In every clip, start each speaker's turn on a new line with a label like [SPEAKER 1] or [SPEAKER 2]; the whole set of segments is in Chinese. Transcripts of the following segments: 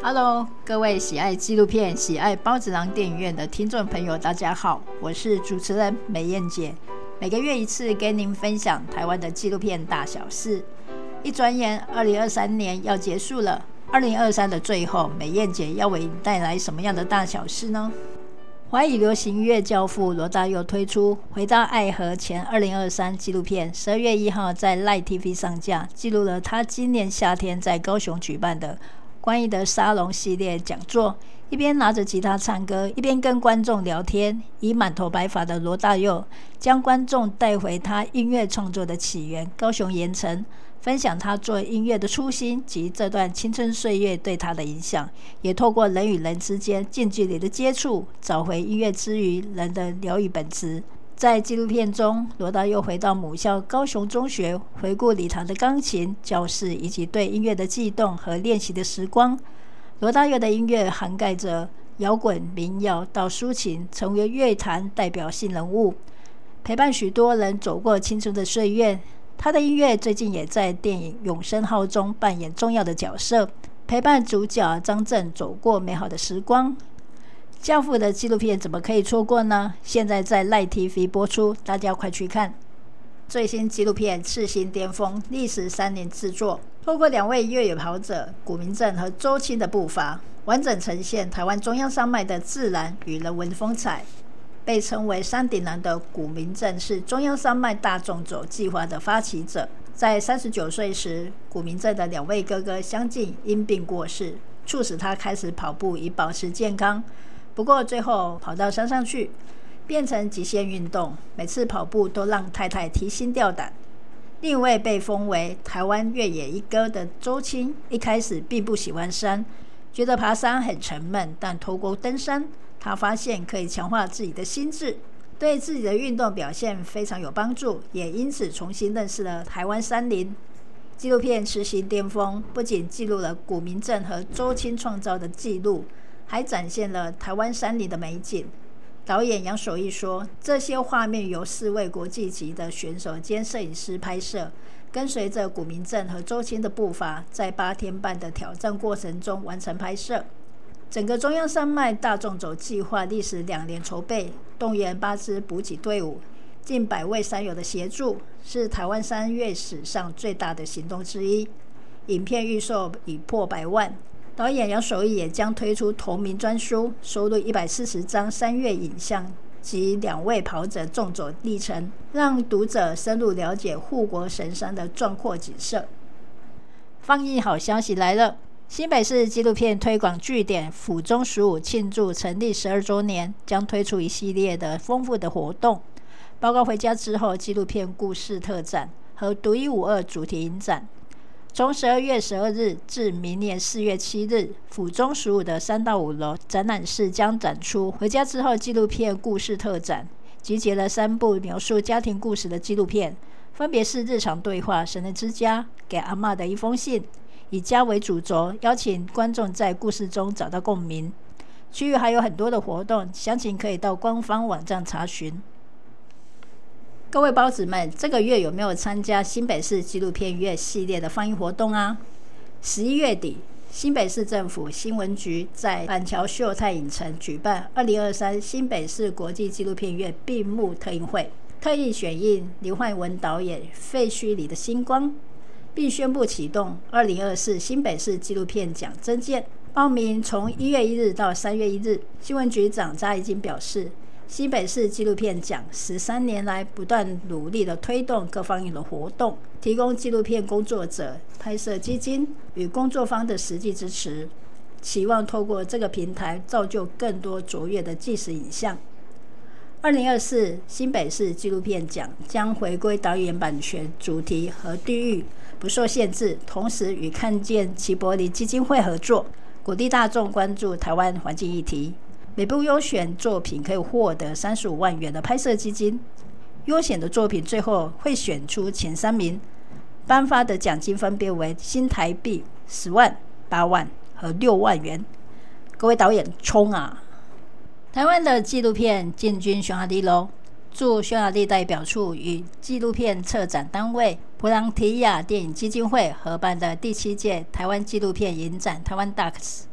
[SPEAKER 1] Hello， 各位喜爱纪录片、喜爱孢子囊电影院的听众朋友，大家好，我是主持人美燕姐。每个月一次跟您分享台湾的纪录片大小事。一转眼2023年要结束了，2023的最后，美燕姐要为您带来什么样的大小事呢？华语流行音乐教父罗大佑推出《回到爱河前2023》纪录片，12月1号在 Light TV 上架，记录了他今年夏天在高雄举办的关于的沙龙系列讲座，一边拿着吉他唱歌，一边跟观众聊天。以满头白发的罗大佑将观众带回他音乐创作的起源高雄盐城，分享他做音乐的初心及这段青春岁月对他的影响，也透过人与人之间近距离的接触，找回音乐之于人的疗愈本质。在纪录片中，罗大佑回到母校高雄中学，回顾礼堂的钢琴教室以及对音乐的悸动和练习的时光。罗大佑的音乐涵盖着摇滚、民谣到抒情，成为乐坛代表性人物，陪伴许多人走过青春的岁月。他的音乐最近也在电影《永生号》中扮演重要的角色，陪伴主角张震走过美好的时光。教父的纪录片怎么可以错过呢？现在在 Light TV 播出，大家快去看。最新纪录片《赤心巅峰》历时3年制作，透过2位越野跑者古明正和周青的步伐，完整呈现台湾中央山脉的自然与人文风采。被称为山顶男的古明正是中央山脉大众走计划的发起者。在39岁时，古明正的2位哥哥相继因病过世，促使他开始跑步以保持健康。不过最后跑到山上去，变成极限运动，每次跑步都让太太提心吊胆。另一位被封为台湾越野一哥的周青，一开始并不喜欢山，觉得爬山很沉闷，但透过登山，他发现可以强化自己的心智，对自己的运动表现非常有帮助，也因此重新认识了台湾山林。纪录片《赤心巅峰》不仅记录了古明正和周青创造的纪录，还展现了台湾山林的美景。导演杨守义说，这些画面由4位国际级的选手兼摄影师拍摄，跟随着古明正和周青的步伐，在8天半的挑战过程中完成拍摄。整个中央山脉大众走计划历时2年筹备，动员8支补给队伍，近100位山友的协助，是台湾山岳史上最大的行动之一。影片预售已破100万。导演杨守义也将推出同名专书，收录140张山岳影像及2位跑者纵走历程，让读者深入了解护国神山的壮阔景色。防疫好消息来了，新北市纪录片推广据点府中15庆祝成立12周年，将推出一系列的丰富的活动，包括回家之后纪录片故事特展和独一无二主题影展。从12月12日至明年4月7日，府中15的3到5楼展览室将展出回家之后纪录片故事特展，集结了3部描述家庭故事的纪录片，分别是日常对话、神人之家、给阿嬷的一封信，以家为主轴，邀请观众在故事中找到共鸣。区域还有很多的活动，详情可以到官方网站查询。各位包子们，这个月有没有参加新北市纪录片月系列的放映活动啊？11月底，新北市政府新闻局在板桥秀泰影城举办2023新北市国际纪录片月闭幕特映会，特意选映黎焕文导演《废墟里的星光》，并宣布启动2024新北市纪录片奖征件，报名从1月1日到3月1日。新闻局长查一金表示，新北市纪录片奖13年来不断努力地推动各方面的活动，提供纪录片工作者拍摄基金与工作方的实际支持，期望透过这个平台造就更多卓越的纪实影像。2024新北市纪录片奖将回归导演版权主题和地域不受限制，同时与看见齐柏林基金会合作，鼓励大众关注台湾环境议题。每部优选作品可以获得35万元的拍摄基金，优选的作品最后会选出前3名，颁发的奖金分别为新台币10万、8万和6万元。各位导演冲啊！台湾的纪录片进军匈牙利喽，驻匈牙利代表处与纪录片策展单位普朗提亚电影基金会合办的第7届台湾纪录片影展台湾 DAX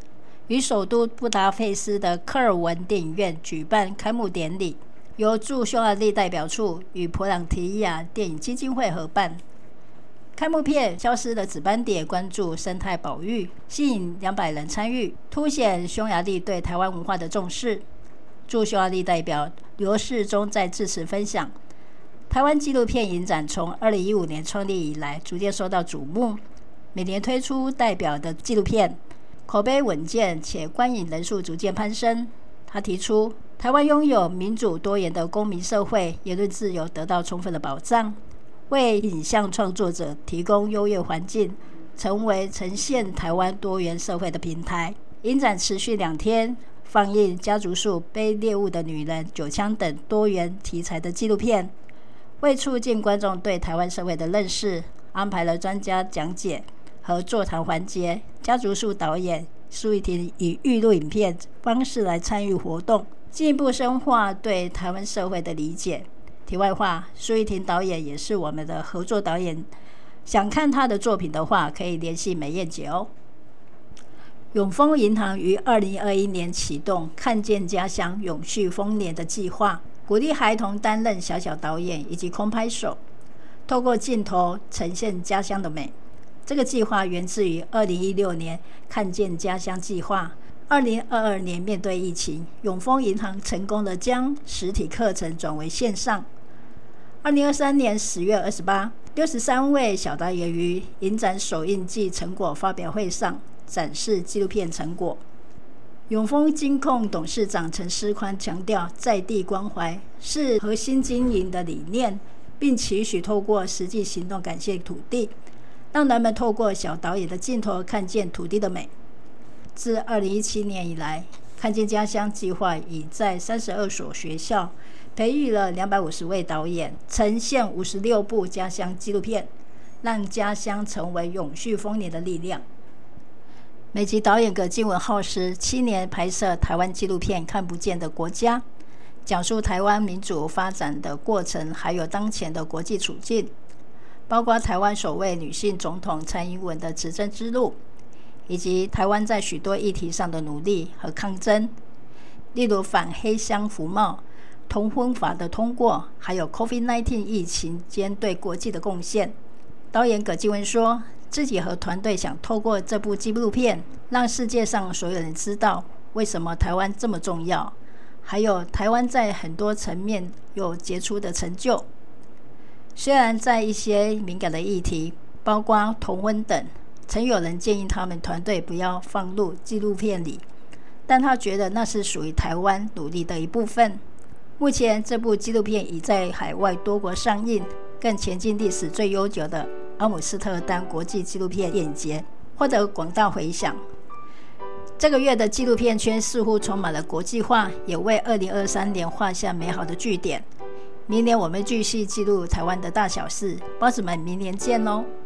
[SPEAKER 1] 于首都布达佩斯的科尔文电影院举办开幕典礼，由驻匈牙利代表处与普朗提亚电影基金会合办。开幕片《消失的紫斑蝶》关注生态保育，吸引200人参与，凸显匈牙利对台湾文化的重视。驻匈牙利代表刘世忠在致辞分享，台湾纪录片影展从2015年创立以来，逐渐受到瞩目，每年推出代表的纪录片，口碑稳健且观影人数逐渐攀升。他提出，台湾拥有民主多元的公民社会，言论自由得到充分的保障，为影像创作者提供优越环境，成为呈现台湾多元社会的平台。影展持续2天，放映家族树、被猎物的女人、九枪等多元题材的纪录片。为促进观众对台湾社会的认识，安排了专家讲解和座谈环节。家族树导演苏玉婷以预录影片方式来参与活动，进一步深化对台湾社会的理解。题外话，苏玉婷导演也是我们的合作导演，想看他的作品的话，可以联系美燕姐哦。永丰银行于2021年启动看见家乡永续丰年的计划，鼓励孩童担任小小导演以及空拍手，透过镜头呈现家乡的美。这个计划源自于2016年看见家乡计划。2022年面对疫情，永丰银行成功的将实体课程转为线上。2023年10月28 63位小导演于影展首映暨成果发表会上展示纪录片成果。永丰金控董事长陈思宽强调，在地关怀是核心经营的理念，并期许透过实际行动感谢土地，让人们透过小导演的镜头看见土地的美。自2017年以来，看见家乡计划已在32所学校培育了250位导演，呈现56部家乡纪录片，让家乡成为永续丰年的力量。美籍导演葛金文耗时7年拍摄台湾纪录片《看不见的国家》，讲述台湾民主发展的过程，还有当前的国际处境，包括台湾首位女性总统蔡英文的执政之路，以及台湾在许多议题上的努力和抗争，例如反黑箱服贸、同婚法的通过，还有 COVID-19 疫情间对国际的贡献。导演葛金文说，自己和团队想透过这部纪录片，让世界上所有人知道为什么台湾这么重要，还有台湾在很多层面有杰出的成就。虽然在一些敏感的议题，包括同婚等，曾有人建议他们团队不要放入纪录片里，但他觉得那是属于台湾努力的一部分。目前这部纪录片已在海外多国上映，更前进历史最悠久的阿姆斯特丹国际纪录片电影节，获得广大回响。这个月的纪录片圈似乎充满了国际化，也为2023年画下美好的句点。明年我们继续记录台湾的大小事，包子们明年见哦。